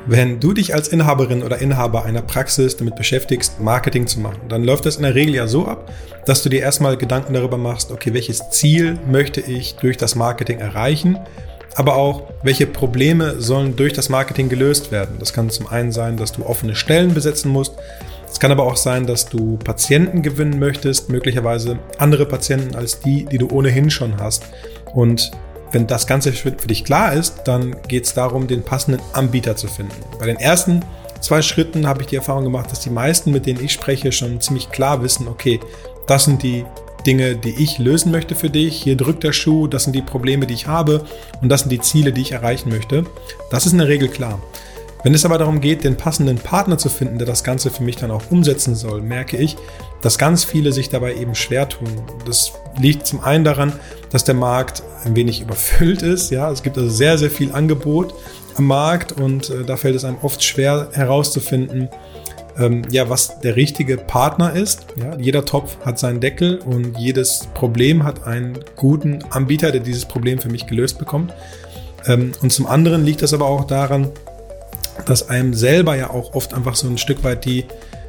Wenn du dich als Inhaberin oder Inhaber einer Praxis damit beschäftigst, Marketing zu machen, dann läuft das in der Regel ja so ab, dass du dir erstmal Gedanken darüber machst, okay, welches Ziel möchte ich durch das Marketing erreichen, aber auch, welche Probleme sollen durch das Marketing gelöst werden. Das kann zum einen sein, dass du offene Stellen besetzen musst. Es kann aber auch sein, dass du Patienten gewinnen möchtest, möglicherweise andere Patienten als die du ohnehin schon hast. Und wenn das Ganze für dich klar ist, dann geht es darum, den passenden Anbieter zu finden. Bei den ersten 2 Schritten habe ich die Erfahrung gemacht, dass die meisten, mit denen ich spreche, schon ziemlich klar wissen, okay, das sind die Dinge, die ich lösen möchte für dich. Hier drückt der Schuh, das sind die Probleme, die ich habe und das sind die Ziele, die ich erreichen möchte. Das ist in der Regel klar. Wenn es aber darum geht, den passenden Partner zu finden, der das Ganze für mich dann auch umsetzen soll, merke ich, dass ganz viele sich dabei eben schwer tun. Das liegt zum einen daran, dass der Markt ein wenig überfüllt ist. Ja, es gibt also sehr, sehr viel Angebot am Markt und da fällt es einem oft schwer herauszufinden, was der richtige Partner ist. Ja, jeder Topf hat seinen Deckel und jedes Problem hat einen guten Anbieter, der dieses Problem für mich gelöst bekommt. Und zum anderen liegt das aber auch daran, dass einem selber ja auch oft einfach so ein Stück weit die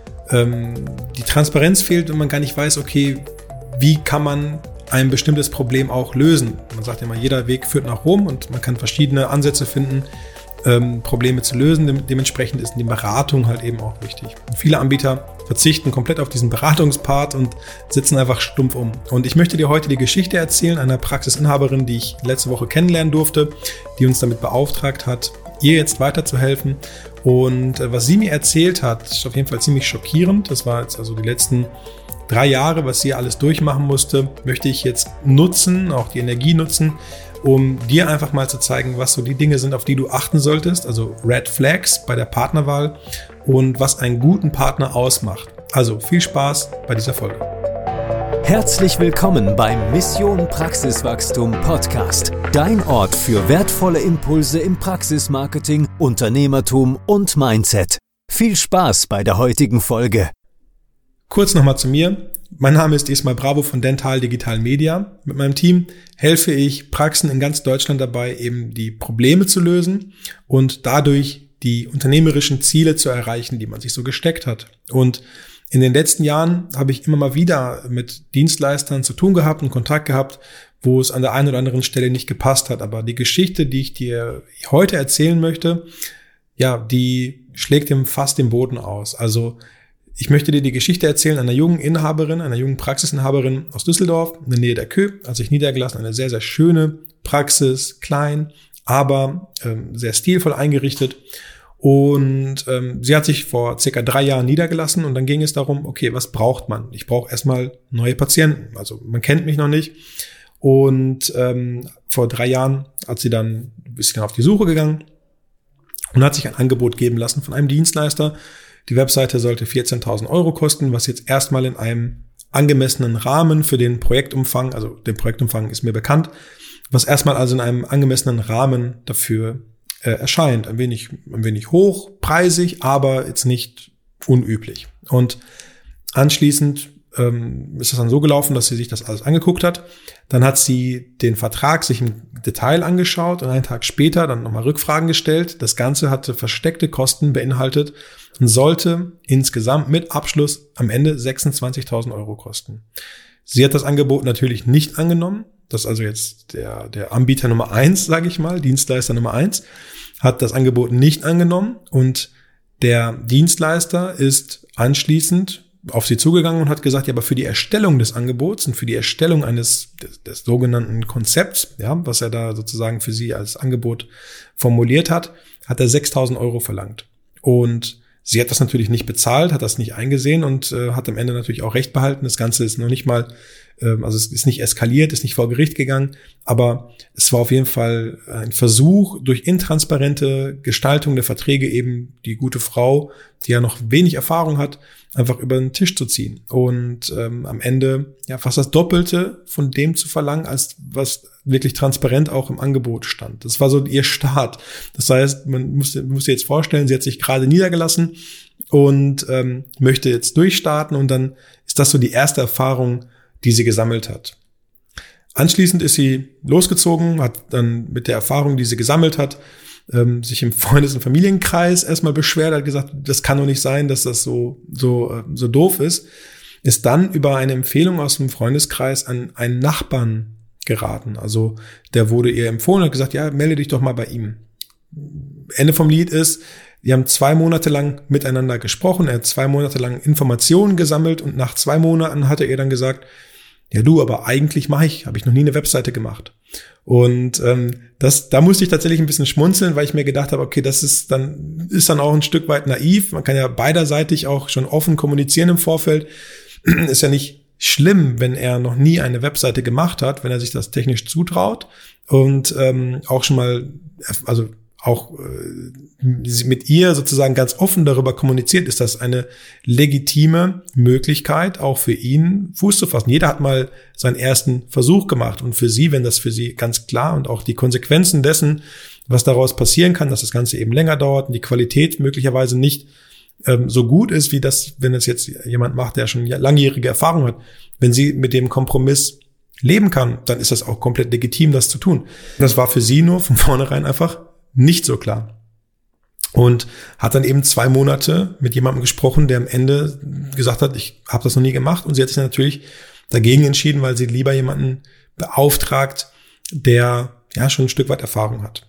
Transparenz fehlt und man gar nicht weiß, okay, wie kann man ein bestimmtes Problem auch lösen. Man sagt ja immer, jeder Weg führt nach Rom und man kann verschiedene Ansätze finden, Probleme zu lösen. Dementsprechend ist die Beratung halt eben auch wichtig. Und viele Anbieter verzichten komplett auf diesen Beratungspart und sitzen einfach stumpf um. Und ich möchte dir heute die Geschichte erzählen einer Praxisinhaberin, die ich letzte Woche kennenlernen durfte, die uns damit beauftragt hat, ihr jetzt weiterzuhelfen. Und was sie mir erzählt hat, ist auf jeden Fall ziemlich schockierend. Das war jetzt also die letzten 3 Jahre, was sie alles durchmachen musste, möchte ich jetzt nutzen, auch die Energie nutzen, um dir einfach mal zu zeigen, was so die Dinge sind, auf die du achten solltest, also Red Flags bei der Partnerwahl und was einen guten Partner ausmacht. Also viel Spaß bei dieser Folge. Herzlich willkommen beim Mission Praxiswachstum Podcast. Dein Ort für wertvolle Impulse im Praxismarketing, Unternehmertum und Mindset. Viel Spaß bei der heutigen Folge. Kurz nochmal zu mir. Mein Name ist Ismail Bravo von Dental Digital Media. Mit meinem Team helfe ich Praxen in ganz Deutschland dabei, eben die Probleme zu lösen und dadurch die unternehmerischen Ziele zu erreichen, die man sich so gesteckt hat. Und in den letzten Jahren habe ich immer mal wieder mit Dienstleistern zu tun gehabt und Kontakt gehabt, wo es an der einen oder anderen Stelle nicht gepasst hat. Aber die Geschichte, die ich dir heute erzählen möchte, die schlägt fast den Boden aus. Also ich möchte dir die Geschichte erzählen einer jungen Inhaberin, einer jungen Praxisinhaberin aus Düsseldorf, in der Nähe der Kö, hat sich niedergelassen, eine sehr, sehr schöne Praxis, klein, aber sehr stilvoll eingerichtet. Und sie hat sich vor circa 3 Jahren niedergelassen und dann ging es darum, okay, was braucht man? Ich brauche erstmal neue Patienten, also man kennt mich noch nicht. Und vor 3 Jahren ist sie dann auf die Suche gegangen und hat sich ein Angebot geben lassen von einem Dienstleister. Die Webseite sollte 14.000 € kosten, was jetzt erstmal in einem angemessenen Rahmen für den Projektumfang, also der Projektumfang ist mir bekannt, was erstmal also in einem angemessenen Rahmen dafür erscheint. Ein wenig hochpreisig, aber jetzt nicht unüblich. Und anschließend ist es dann so gelaufen, dass sie sich das alles angeguckt hat. Dann hat sie den Vertrag sich im Detail angeschaut und einen Tag später dann nochmal Rückfragen gestellt. Das Ganze hatte versteckte Kosten beinhaltet und sollte insgesamt mit Abschluss am Ende 26.000 € kosten. Sie hat das Angebot natürlich nicht angenommen. Das ist also jetzt der Anbieter Nummer 1, sage ich mal, Dienstleister Nummer 1, hat das Angebot nicht angenommen und der Dienstleister ist anschließend auf sie zugegangen und hat gesagt, ja, aber für die Erstellung des Angebots und für die Erstellung des sogenannten Konzepts, ja, was er da sozusagen für sie als Angebot formuliert hat, hat er 6.000 € verlangt. Und sie hat das natürlich nicht bezahlt, hat das nicht eingesehen und hat am Ende natürlich auch Recht behalten. Das Ganze ist noch nicht mal, also es ist nicht eskaliert, ist nicht vor Gericht gegangen, aber es war auf jeden Fall ein Versuch, durch intransparente Gestaltung der Verträge eben die gute Frau, die ja noch wenig Erfahrung hat, einfach über den Tisch zu ziehen und am Ende fast das Doppelte von dem zu verlangen, als was wirklich transparent auch im Angebot stand. Das war so ihr Start. Das heißt, man muss sich jetzt vorstellen, sie hat sich gerade niedergelassen und möchte jetzt durchstarten und dann ist das so die erste Erfahrung, die sie gesammelt hat. Anschließend ist sie losgezogen, hat dann mit der Erfahrung, die sie gesammelt hat, sich im Freundes- und Familienkreis erstmal beschwert, hat gesagt, das kann doch nicht sein, dass das so doof ist dann über eine Empfehlung aus dem Freundeskreis an einen Nachbarn geraten. Also der wurde ihr empfohlen und hat gesagt, ja, melde dich doch mal bei ihm. Ende vom Lied ist, die haben 2 Monate lang miteinander gesprochen, er hat 2 Monate lang Informationen gesammelt und nach 2 Monaten hatte er dann gesagt, ja du, aber eigentlich habe ich noch nie eine Webseite gemacht. Und da musste ich tatsächlich ein bisschen schmunzeln, weil ich mir gedacht habe, okay, das ist dann auch ein Stück weit naiv. Man kann ja beiderseitig auch schon offen kommunizieren im Vorfeld. Ist ja nicht schlimm, wenn er noch nie eine Webseite gemacht hat, wenn er sich das technisch zutraut und auch schon mal, also auch mit ihr sozusagen ganz offen darüber kommuniziert, ist das eine legitime Möglichkeit, auch für ihn Fuß zu fassen. Jeder hat mal seinen ersten Versuch gemacht und für sie, wenn das für sie ganz klar und auch die Konsequenzen dessen, was daraus passieren kann, dass das Ganze eben länger dauert und die Qualität möglicherweise nicht so gut ist, wie das, wenn es jetzt jemand macht, der schon langjährige Erfahrung hat. Wenn sie mit dem Kompromiss leben kann, dann ist das auch komplett legitim, das zu tun. Das war für sie nur von vornherein einfach nicht so klar. Und hat dann eben 2 Monate mit jemandem gesprochen, der am Ende gesagt hat, ich habe das noch nie gemacht. Und sie hat sich natürlich dagegen entschieden, weil sie lieber jemanden beauftragt, der ja schon ein Stück weit Erfahrung hat.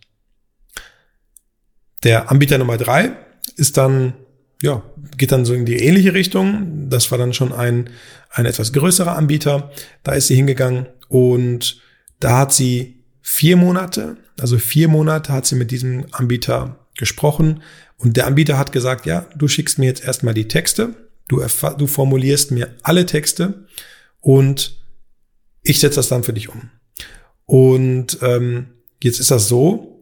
Der Anbieter Nummer 3 ist dann, ja, geht dann so in die ähnliche Richtung. Das war dann schon ein etwas größerer Anbieter. Da ist sie hingegangen und da hat sie 4 Monate hat sie mit diesem Anbieter gesprochen und der Anbieter hat gesagt, ja, du schickst mir jetzt erstmal die Texte, du formulierst mir alle Texte und ich setze das dann für dich um. Und jetzt ist das so,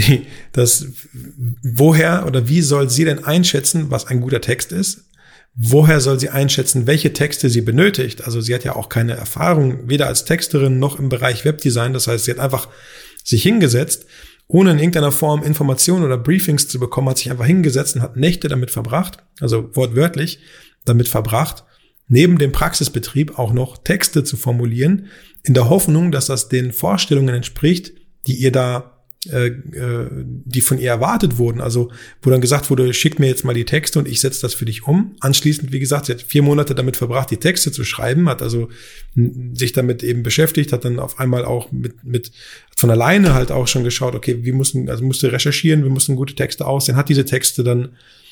woher oder wie soll sie denn einschätzen, was ein guter Text ist? Woher soll sie einschätzen, welche Texte sie benötigt? Also sie hat ja auch keine Erfahrung, weder als Texterin noch im Bereich Webdesign. Das heißt, sie hat einfach sich hingesetzt, ohne in irgendeiner Form Informationen oder Briefings zu bekommen, hat sich einfach hingesetzt und hat Nächte damit verbracht, also wortwörtlich damit verbracht, neben dem Praxisbetrieb auch noch Texte zu formulieren, in der Hoffnung, dass das den Vorstellungen entspricht, die von ihr erwartet wurden. Also wo dann gesagt wurde, schick mir jetzt mal die Texte und ich setze das für dich um. Anschließend, wie gesagt, sie hat 4 Monate damit verbracht, die Texte zu schreiben, hat also sich damit eben beschäftigt, hat dann auf einmal auch mit von alleine halt auch schon geschaut, okay, musste recherchieren, wir mussten gute Texte aussehen, hat diese Texte dann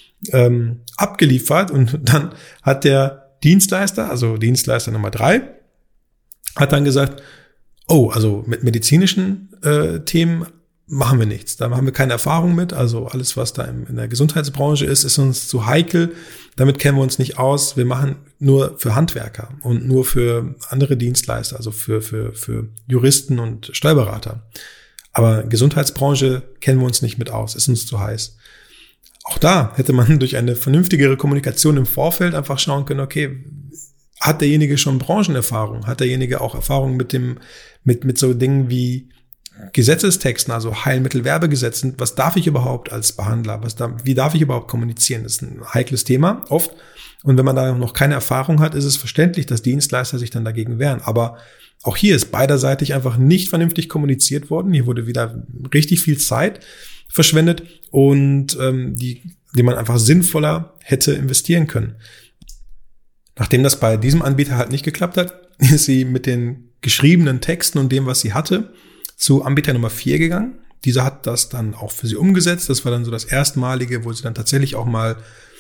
abgeliefert und dann hat der Dienstleister, also Dienstleister Nummer 3, hat dann gesagt, oh, also mit medizinischen Themen machen wir nichts. Da haben wir keine Erfahrung mit. Also alles, was da in der Gesundheitsbranche ist uns zu heikel. Damit kennen wir uns nicht aus. Wir machen nur für Handwerker und nur für andere Dienstleister, also für Juristen und Steuerberater. Aber Gesundheitsbranche kennen wir uns nicht mit aus. Ist uns zu heiß. Auch da hätte man durch eine vernünftigere Kommunikation im Vorfeld einfach schauen können, okay, hat derjenige schon Branchenerfahrung? Hat derjenige auch Erfahrung mit so Dingen wie Gesetzestexten, also Heilmittelwerbegesetzen? Was darf ich überhaupt als Behandler? Wie darf ich überhaupt kommunizieren? Das ist ein heikles Thema oft. Und wenn man da noch keine Erfahrung hat, ist es verständlich, dass Dienstleister sich dann dagegen wehren. Aber auch hier ist beiderseitig einfach nicht vernünftig kommuniziert worden. Hier wurde wieder richtig viel Zeit verschwendet und die man einfach sinnvoller hätte investieren können. Nachdem das bei diesem Anbieter halt nicht geklappt hat, ist sie mit den geschriebenen Texten und dem, was sie hatte, zu Anbieter Nummer 4 gegangen. Dieser hat das dann auch für sie umgesetzt. Das war dann so das erstmalige, wo sie dann tatsächlich auch mal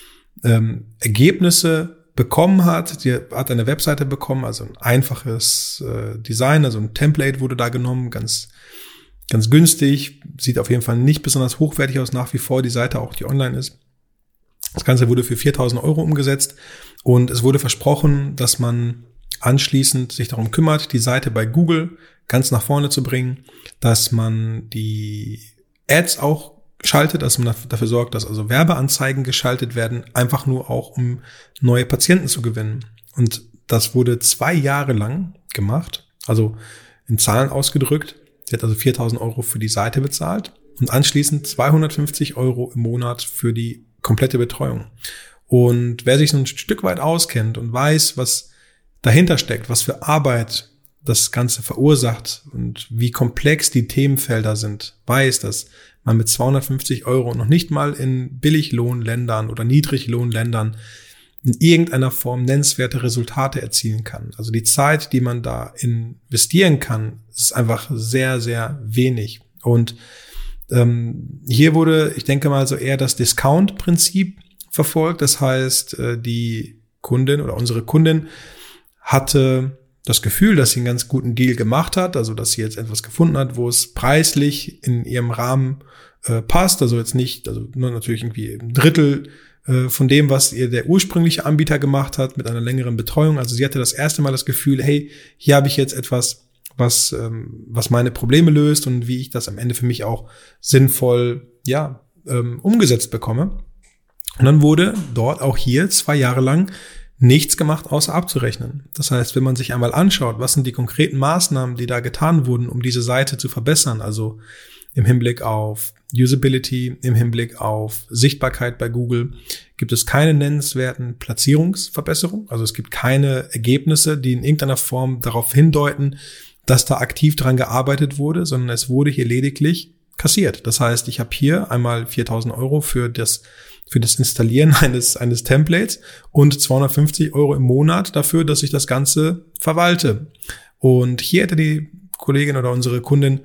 Ergebnisse bekommen hat. Sie hat eine Webseite bekommen, also ein einfaches Design, also ein Template wurde da genommen, ganz günstig. Sieht auf jeden Fall nicht besonders hochwertig aus nach wie vor, die Seite auch, die online ist. Das Ganze wurde für 4.000 € umgesetzt und es wurde versprochen, dass man anschließend sich darum kümmert, die Seite bei Google ganz nach vorne zu bringen, dass man die Ads auch schaltet, dass man dafür sorgt, dass also Werbeanzeigen geschaltet werden, einfach nur auch, um neue Patienten zu gewinnen. Und das wurde 2 Jahre lang gemacht, also in Zahlen ausgedrückt. Sie hat also 4.000 € für die Seite bezahlt und anschließend 250 € im Monat für die komplette Betreuung. Und wer sich so ein Stück weit auskennt und weiß, was dahinter steckt, was für Arbeit das Ganze verursacht und wie komplex die Themenfelder sind, weiß, dass man mit 250 € noch nicht mal in Billiglohnländern oder Niedriglohnländern in irgendeiner Form nennenswerte Resultate erzielen kann. Also die Zeit, die man da investieren kann, ist einfach sehr, sehr wenig. Und hier wurde, ich denke mal, so eher das Discount-Prinzip verfolgt. Das heißt, die Kundin oder unsere Kundin hatte das Gefühl, dass sie einen ganz guten Deal gemacht hat, also dass sie jetzt etwas gefunden hat, wo es preislich in ihrem Rahmen passt, also jetzt nicht, also nur natürlich irgendwie ein Drittel von dem, was ihr der ursprüngliche Anbieter gemacht hat, mit einer längeren Betreuung. Also sie hatte das erste Mal das Gefühl, hey, hier habe ich jetzt etwas, was meine Probleme löst und wie ich das am Ende für mich auch sinnvoll umgesetzt bekomme. Und dann wurde dort auch hier 2 Jahre lang nichts gemacht, außer abzurechnen. Das heißt, wenn man sich einmal anschaut, was sind die konkreten Maßnahmen, die da getan wurden, um diese Seite zu verbessern, also im Hinblick auf Usability, im Hinblick auf Sichtbarkeit bei Google, gibt es keine nennenswerten Platzierungsverbesserungen. Also es gibt keine Ergebnisse, die in irgendeiner Form darauf hindeuten, dass da aktiv dran gearbeitet wurde, sondern es wurde hier lediglich kassiert. Das heißt, ich habe hier einmal 4.000 € für das Installieren eines Templates und 250 € im Monat dafür, dass ich das Ganze verwalte. Und hier hätte die Kollegin oder unsere Kundin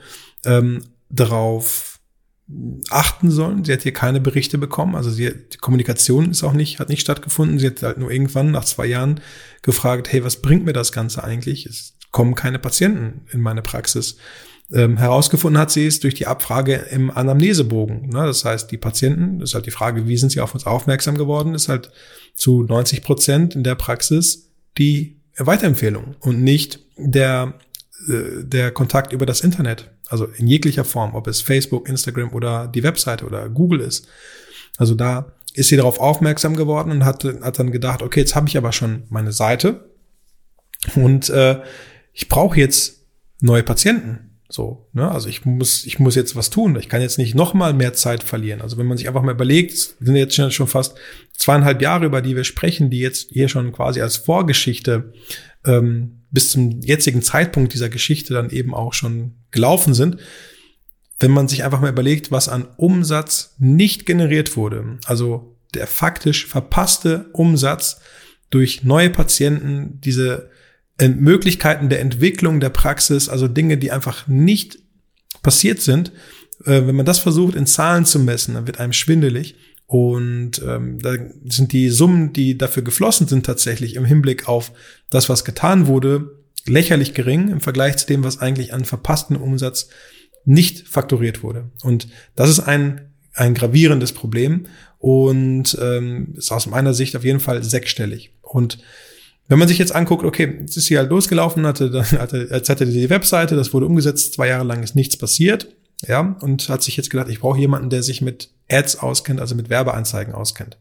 darauf achten sollen. Sie hat hier keine Berichte bekommen. Also die Kommunikation hat nicht stattgefunden. Sie hat halt nur irgendwann nach 2 Jahren gefragt, hey, was bringt mir das Ganze eigentlich? Es kommen keine Patienten in meine Praxis. Herausgefunden hat sie es durch die Abfrage im Anamnesebogen. Das heißt, die Patienten, das ist halt die Frage, wie sind sie auf uns aufmerksam geworden, ist halt zu 90% in der Praxis die Weiterempfehlung und nicht der Kontakt über das Internet. Also in jeglicher Form, ob es Facebook, Instagram oder die Webseite oder Google ist. Also da ist sie darauf aufmerksam geworden und hat dann gedacht, okay, jetzt habe ich aber schon meine Seite und ich brauche jetzt neue Patienten. So, ne? Also ich muss jetzt was tun. Ich kann jetzt nicht noch mal mehr Zeit verlieren. Also wenn man sich einfach mal überlegt, es sind jetzt schon fast 2,5 Jahre, über die wir sprechen, die jetzt hier schon quasi als Vorgeschichte bis zum jetzigen Zeitpunkt dieser Geschichte dann eben auch schon gelaufen sind. Wenn man sich einfach mal überlegt, was an Umsatz nicht generiert wurde, also der faktisch verpasste Umsatz durch neue Patienten, diese Möglichkeiten der Entwicklung der Praxis, also Dinge, die einfach nicht passiert sind. Wenn man das versucht in Zahlen zu messen, dann wird einem schwindelig. Und da sind die Summen, die dafür geflossen sind, tatsächlich im Hinblick auf das, was getan wurde, lächerlich gering im Vergleich zu dem, was eigentlich an verpassten Umsatz nicht fakturiert wurde. Und das ist ein gravierendes Problem und ist aus meiner Sicht auf jeden Fall 6-stellig. Und wenn man sich jetzt anguckt, okay, jetzt ist sie halt losgelaufen, hatte die Webseite, das wurde umgesetzt, 2 Jahre lang ist nichts passiert, ja, und hat sich jetzt gedacht, ich brauche jemanden, der sich mit Ads auskennt, also mit Werbeanzeigen auskennt.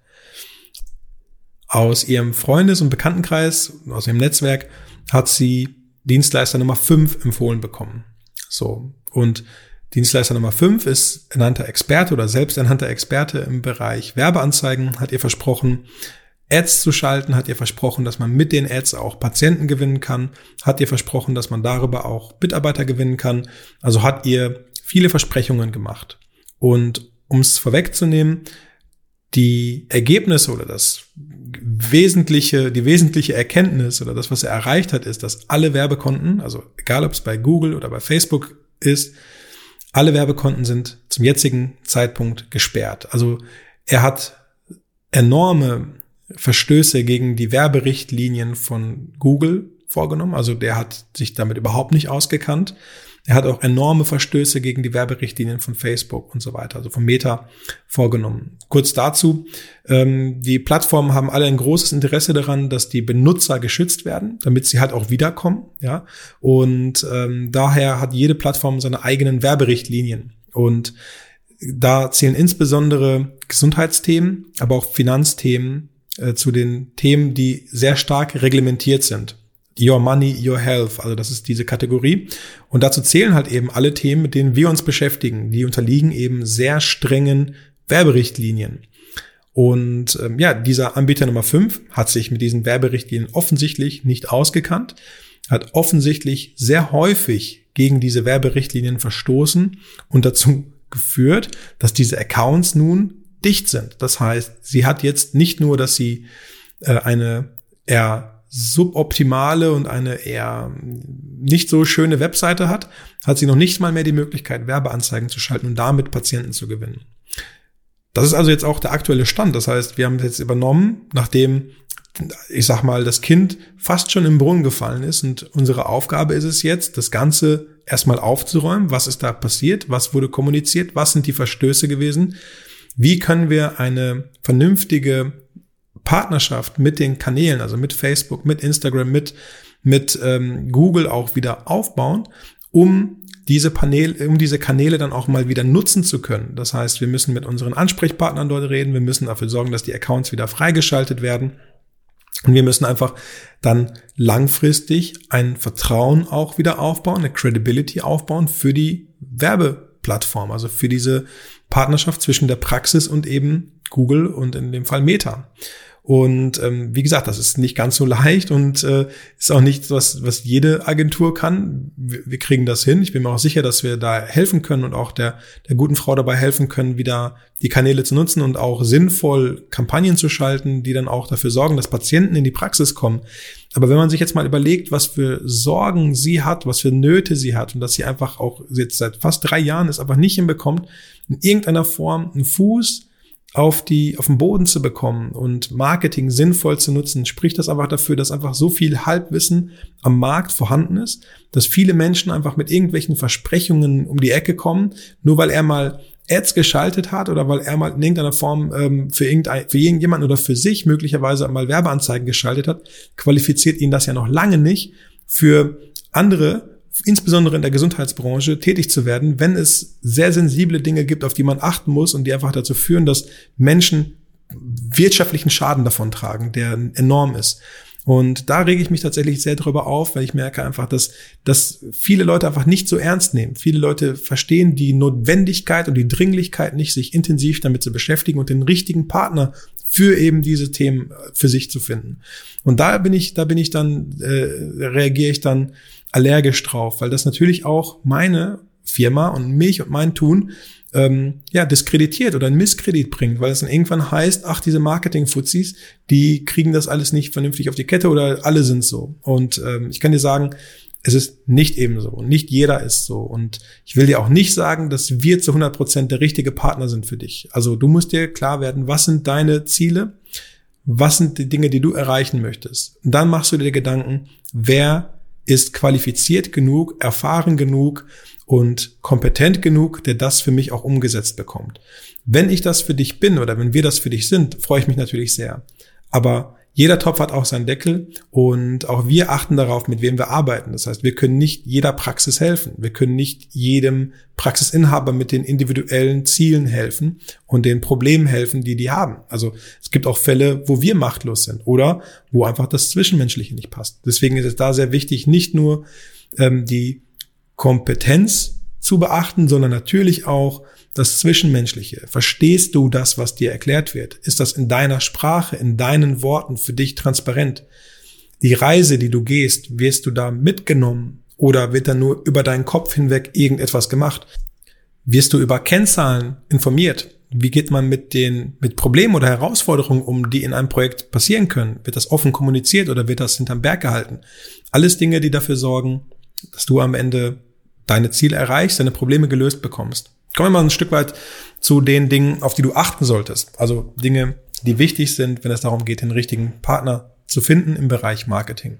Aus ihrem Freundes- und Bekanntenkreis, aus ihrem Netzwerk, hat sie Dienstleister Nummer 5 empfohlen bekommen. So, und Dienstleister Nummer 5 ist ernannter Experte oder selbsternannter Experte im Bereich Werbeanzeigen, hat ihr versprochen, Ads zu schalten, hat ihr versprochen, dass man mit den Ads auch Patienten gewinnen kann, hat ihr versprochen, dass man darüber auch Mitarbeiter gewinnen kann, also hat ihr viele Versprechungen gemacht. Und um es vorwegzunehmen, die Ergebnisse oder die wesentliche Erkenntnis oder das, was er erreicht hat, ist, dass alle Werbekonten, also egal ob es bei Google oder bei Facebook ist, alle Werbekonten sind zum jetzigen Zeitpunkt gesperrt. Also er hat enorme Verstöße gegen die Werberichtlinien von Google vorgenommen. Also der hat sich damit überhaupt nicht ausgekannt. Er hat auch enorme Verstöße gegen die Werberichtlinien von Facebook und so weiter, also von Meta, vorgenommen. Kurz dazu, die Plattformen haben alle ein großes Interesse daran, dass die Benutzer geschützt werden, damit sie halt auch wiederkommen. Ja, und daher hat jede Plattform seine eigenen Werberichtlinien. Und da zählen insbesondere Gesundheitsthemen, aber auch Finanzthemen zu den Themen, die sehr stark reglementiert sind. Your Money, Your Health, also das ist diese Kategorie. Und dazu zählen halt eben alle Themen, mit denen wir uns beschäftigen. Die unterliegen eben sehr strengen Werberichtlinien. Und dieser Anbieter Nummer 5 hat sich mit diesen Werberichtlinien offensichtlich nicht ausgekannt. hat offensichtlich sehr häufig gegen diese Werberichtlinien verstoßen und dazu geführt, dass diese Accounts nun dicht sind. Das heißt, sie hat jetzt nicht nur, dass sie eine eher suboptimale und eine eher nicht so schöne Webseite hat sie noch nicht mal mehr die Möglichkeit, Werbeanzeigen zu schalten und damit Patienten zu gewinnen. Das ist also jetzt auch der aktuelle Stand. Das heißt, wir haben es jetzt übernommen, nachdem, ich sag mal, das Kind fast schon im Brunnen gefallen ist, und unsere Aufgabe ist es jetzt, das Ganze erstmal aufzuräumen. Was ist da passiert? Was wurde kommuniziert? Was sind die Verstöße gewesen? Wie können wir eine vernünftige Partnerschaft mit den Kanälen, also mit Facebook, mit Instagram, mit Google auch wieder aufbauen, um diese Kanäle dann auch mal wieder nutzen zu können. Das heißt, wir müssen mit unseren Ansprechpartnern dort reden, wir müssen dafür sorgen, dass die Accounts wieder freigeschaltet werden, und wir müssen einfach dann langfristig ein Vertrauen auch wieder aufbauen, eine Credibility aufbauen für die Werbeplattform, also für diese Partnerschaft zwischen der Praxis und eben Google und in dem Fall Meta. Und wie gesagt, das ist nicht ganz so leicht und ist auch nichts, was jede Agentur kann. Wir kriegen das hin. Ich bin mir auch sicher, dass wir da helfen können und auch der guten Frau dabei helfen können, wieder die Kanäle zu nutzen und auch sinnvoll Kampagnen zu schalten, die dann auch dafür sorgen, dass Patienten in die Praxis kommen. Aber wenn man sich jetzt mal überlegt, was für Sorgen sie hat, was für Nöte sie hat und dass sie einfach auch jetzt seit fast 3 Jahren es einfach nicht hinbekommt, in irgendeiner Form einen Fuß auf den Boden zu bekommen und Marketing sinnvoll zu nutzen, spricht das einfach dafür, dass einfach so viel Halbwissen am Markt vorhanden ist, dass viele Menschen einfach mit irgendwelchen Versprechungen um die Ecke kommen, nur weil er mal Ads geschaltet hat oder weil er mal in irgendeiner Form für irgendjemanden oder für sich möglicherweise mal Werbeanzeigen geschaltet hat, qualifiziert ihn das ja noch lange nicht für andere, insbesondere in der Gesundheitsbranche, tätig zu werden, wenn es sehr sensible Dinge gibt, auf die man achten muss und die einfach dazu führen, dass Menschen wirtschaftlichen Schaden davon tragen, der enorm ist. Und da rege ich mich tatsächlich sehr drüber auf, weil ich merke einfach, dass viele Leute einfach nicht so ernst nehmen. Viele Leute verstehen die Notwendigkeit und die Dringlichkeit nicht, sich intensiv damit zu beschäftigen und den richtigen Partner für eben diese Themen für sich zu finden. Und reagiere ich dann allergisch drauf, weil das natürlich auch meine Firma und mich und mein Tun diskreditiert oder einen Misskredit bringt, weil es dann irgendwann heißt, ach, diese Marketing-Fuzis, die kriegen das alles nicht vernünftig auf die Kette oder alle sind so. Und ich kann dir sagen, es ist nicht eben so und nicht jeder ist so. Und ich will dir auch nicht sagen, dass wir zu 100% der richtige Partner sind für dich. Also du musst dir klar werden, was sind deine Ziele, was sind die Dinge, die du erreichen möchtest. Und dann machst du dir Gedanken, wer ist qualifiziert genug, erfahren genug und kompetent genug, der das für mich auch umgesetzt bekommt. Wenn ich das für dich bin oder wenn wir das für dich sind, freue ich mich natürlich sehr. Aber jeder Topf hat auch seinen Deckel und auch wir achten darauf, mit wem wir arbeiten. Das heißt, wir können nicht jeder Praxis helfen. Wir können nicht jedem Praxisinhaber mit den individuellen Zielen helfen und den Problemen helfen, die haben. Also es gibt auch Fälle, wo wir machtlos sind oder wo einfach das Zwischenmenschliche nicht passt. Deswegen ist es da sehr wichtig, nicht nur die Kompetenz zu beachten, sondern natürlich auch das Zwischenmenschliche. Verstehst du das, was dir erklärt wird? Ist das in deiner Sprache, in deinen Worten für dich transparent? Die Reise, die du gehst, wirst du da mitgenommen oder wird da nur über deinen Kopf hinweg irgendetwas gemacht? Wirst du über Kennzahlen informiert? Wie geht man mit Problemen oder Herausforderungen um, die in einem Projekt passieren können? Wird das offen kommuniziert oder wird das hinterm Berg gehalten? Alles Dinge, die dafür sorgen, dass du am Ende deine Ziele erreichst, deine Probleme gelöst bekommst. Kommen wir mal ein Stück weit zu den Dingen, auf die du achten solltest. Also Dinge, die wichtig sind, wenn es darum geht, den richtigen Partner zu finden im Bereich Marketing.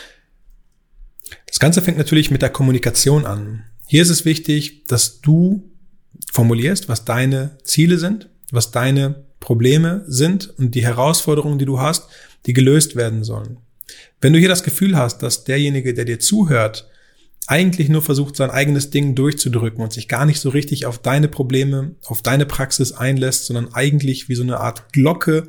Das Ganze fängt natürlich mit der Kommunikation an. Hier ist es wichtig, dass du formulierst, was deine Ziele sind, was deine Probleme sind und die Herausforderungen, die du hast, die gelöst werden sollen. Wenn du hier das Gefühl hast, dass derjenige, der dir zuhört, eigentlich nur versucht, sein eigenes Ding durchzudrücken und sich gar nicht so richtig auf deine Probleme, auf deine Praxis einlässt, sondern eigentlich wie so eine Art Glocke,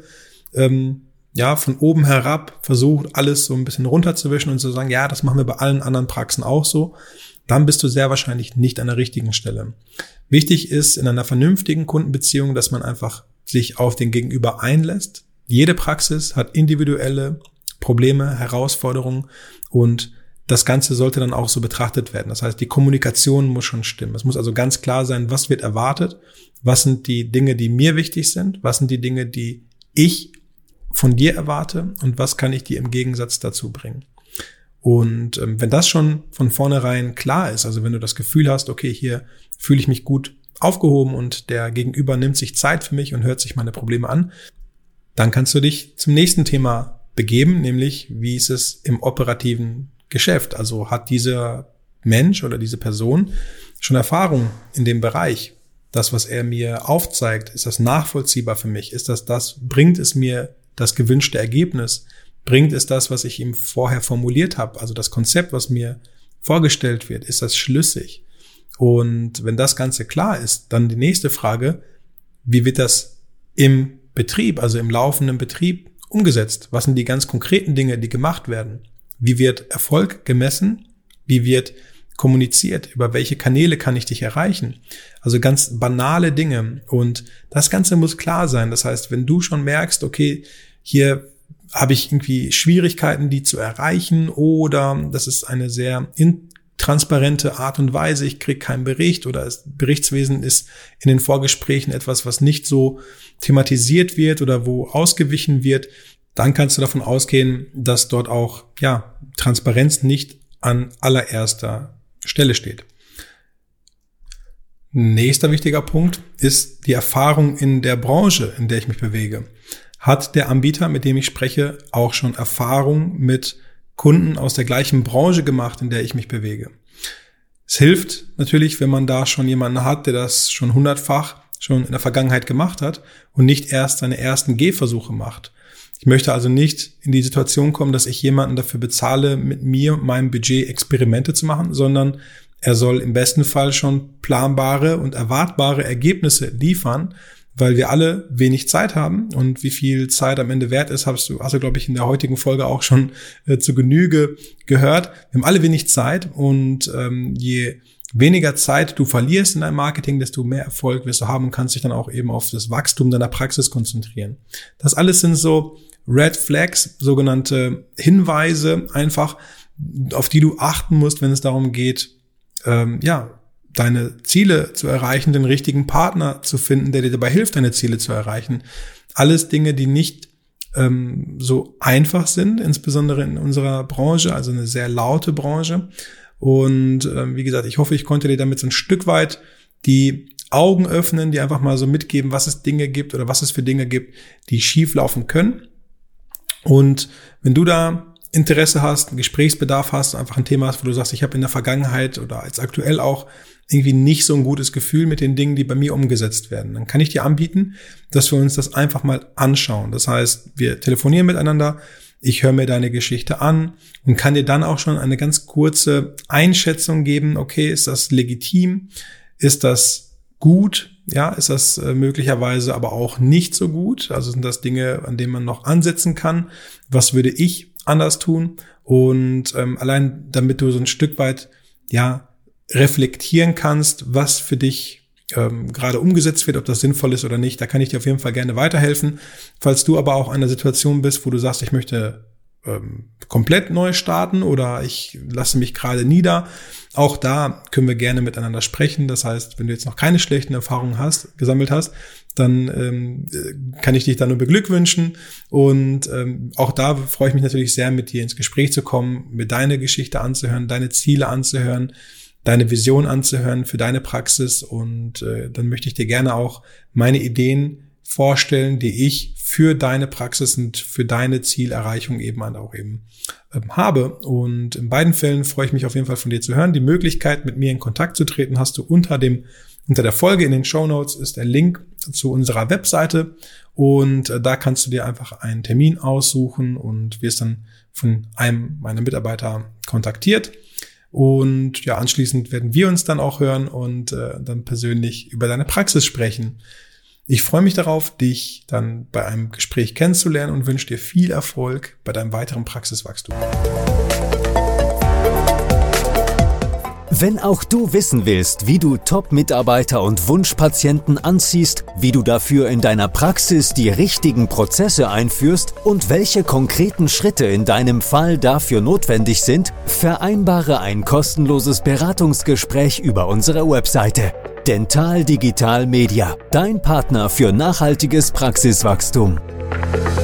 von oben herab versucht, alles so ein bisschen runterzuwischen und zu sagen, ja, das machen wir bei allen anderen Praxen auch so, dann bist du sehr wahrscheinlich nicht an der richtigen Stelle. Wichtig ist in einer vernünftigen Kundenbeziehung, dass man einfach sich auf den Gegenüber einlässt. Jede Praxis hat individuelle Probleme, Herausforderungen und das Ganze sollte dann auch so betrachtet werden. Das heißt, die Kommunikation muss schon stimmen. Es muss also ganz klar sein, was wird erwartet, was sind die Dinge, die mir wichtig sind, was sind die Dinge, die ich von dir erwarte und was kann ich dir im Gegensatz dazu bringen. Und wenn das schon von vornherein klar ist, also wenn du das Gefühl hast, okay, hier fühle ich mich gut aufgehoben und der Gegenüber nimmt sich Zeit für mich und hört sich meine Probleme an, dann kannst du dich zum nächsten Thema begeben, nämlich wie ist es im operativen Geschäft? Also hat dieser Mensch oder diese Person schon Erfahrung in dem Bereich? Das, was er mir aufzeigt, ist das nachvollziehbar für mich? Bringt es mir das gewünschte Ergebnis? Bringt es das, was ich ihm vorher formuliert habe? Also das Konzept, was mir vorgestellt wird, ist das schlüssig? Und wenn das Ganze klar ist, dann die nächste Frage, wie wird das im Betrieb, also im laufenden Betrieb umgesetzt? Was sind die ganz konkreten Dinge, die gemacht werden? Wie wird Erfolg gemessen? Wie wird kommuniziert? Über welche Kanäle kann ich dich erreichen? Also ganz banale Dinge. Und das Ganze muss klar sein. Das heißt, wenn du schon merkst, okay, hier habe ich irgendwie Schwierigkeiten, die zu erreichen, oder das ist eine sehr intransparente Art und Weise, ich kriege keinen Bericht, oder das Berichtswesen ist in den Vorgesprächen etwas, was nicht so thematisiert wird oder wo ausgewichen wird, dann kannst du davon ausgehen, dass dort auch Transparenz nicht an allererster Stelle steht. Nächster wichtiger Punkt ist die Erfahrung in der Branche, in der ich mich bewege. Hat der Anbieter, mit dem ich spreche, auch schon Erfahrung mit Kunden aus der gleichen Branche gemacht, in der ich mich bewege? Es hilft natürlich, wenn man da schon jemanden hat, der das schon 100-fach schon in der Vergangenheit gemacht hat und nicht erst seine ersten Gehversuche macht. Ich möchte also nicht in die Situation kommen, dass ich jemanden dafür bezahle, mit mir und meinem Budget Experimente zu machen, sondern er soll im besten Fall schon planbare und erwartbare Ergebnisse liefern, weil wir alle wenig Zeit haben, und wie viel Zeit am Ende wert ist, hast du, glaube ich, in der heutigen Folge auch schon zu Genüge gehört. Wir haben alle wenig Zeit, und je weniger Zeit du verlierst in deinem Marketing, desto mehr Erfolg wirst du haben und kannst dich dann auch eben auf das Wachstum deiner Praxis konzentrieren. Das alles sind so Red Flags, sogenannte Hinweise einfach, auf die du achten musst, wenn es darum geht, deine Ziele zu erreichen, den richtigen Partner zu finden, der dir dabei hilft, deine Ziele zu erreichen. Alles Dinge, die nicht so einfach sind, insbesondere in unserer Branche, also eine sehr laute Branche. Und wie gesagt, ich hoffe, ich konnte dir damit so ein Stück weit die Augen öffnen, die einfach mal so mitgeben, was es Dinge gibt oder was es für Dinge gibt, die schief laufen können. Und wenn du da Interesse hast, einen Gesprächsbedarf hast, einfach ein Thema hast, wo du sagst, ich habe in der Vergangenheit oder als aktuell auch irgendwie nicht so ein gutes Gefühl mit den Dingen, die bei mir umgesetzt werden, dann kann ich dir anbieten, dass wir uns das einfach mal anschauen. Das heißt, wir telefonieren miteinander, ich höre mir deine Geschichte an und kann dir dann auch schon eine ganz kurze Einschätzung geben, okay, ist das legitim, ist das gut, ist das möglicherweise aber auch nicht so gut, also sind das Dinge, an denen man noch ansetzen kann, was würde ich anders tun, und allein damit du so ein Stück weit reflektieren kannst, was für dich gerade umgesetzt wird, ob das sinnvoll ist oder nicht, da kann ich dir auf jeden Fall gerne weiterhelfen. Falls du aber auch in einer Situation bist, wo du sagst, ich möchte komplett neu starten oder ich lasse mich gerade nieder, auch da können wir gerne miteinander sprechen. Das heißt, wenn du jetzt noch keine schlechten Erfahrungen gesammelt hast, dann kann ich dich da nur beglückwünschen, und auch da freue ich mich natürlich sehr, mit dir ins Gespräch zu kommen, mir deine Geschichte anzuhören, deine Ziele anzuhören, deine Vision anzuhören für deine Praxis, und dann möchte ich dir gerne auch meine Ideen vorstellen, die ich für deine Praxis und für deine Zielerreichung eben habe. Und in beiden Fällen freue ich mich auf jeden Fall, von dir zu hören. Die Möglichkeit, mit mir in Kontakt zu treten, hast du unter der Folge in den Shownotes ist der Link zu unserer Webseite, und da kannst du dir einfach einen Termin aussuchen und wirst dann von einem meiner Mitarbeiter kontaktiert. Und anschließend werden wir uns dann auch hören und dann persönlich über deine Praxis sprechen. Ich freue mich darauf, dich dann bei einem Gespräch kennenzulernen, und wünsche dir viel Erfolg bei deinem weiteren Praxiswachstum. Wenn auch du wissen willst, wie du Top-Mitarbeiter und Wunschpatienten anziehst, wie du dafür in deiner Praxis die richtigen Prozesse einführst und welche konkreten Schritte in deinem Fall dafür notwendig sind, vereinbare ein kostenloses Beratungsgespräch über unsere Webseite. Dental Digital Media, dein Partner für nachhaltiges Praxiswachstum.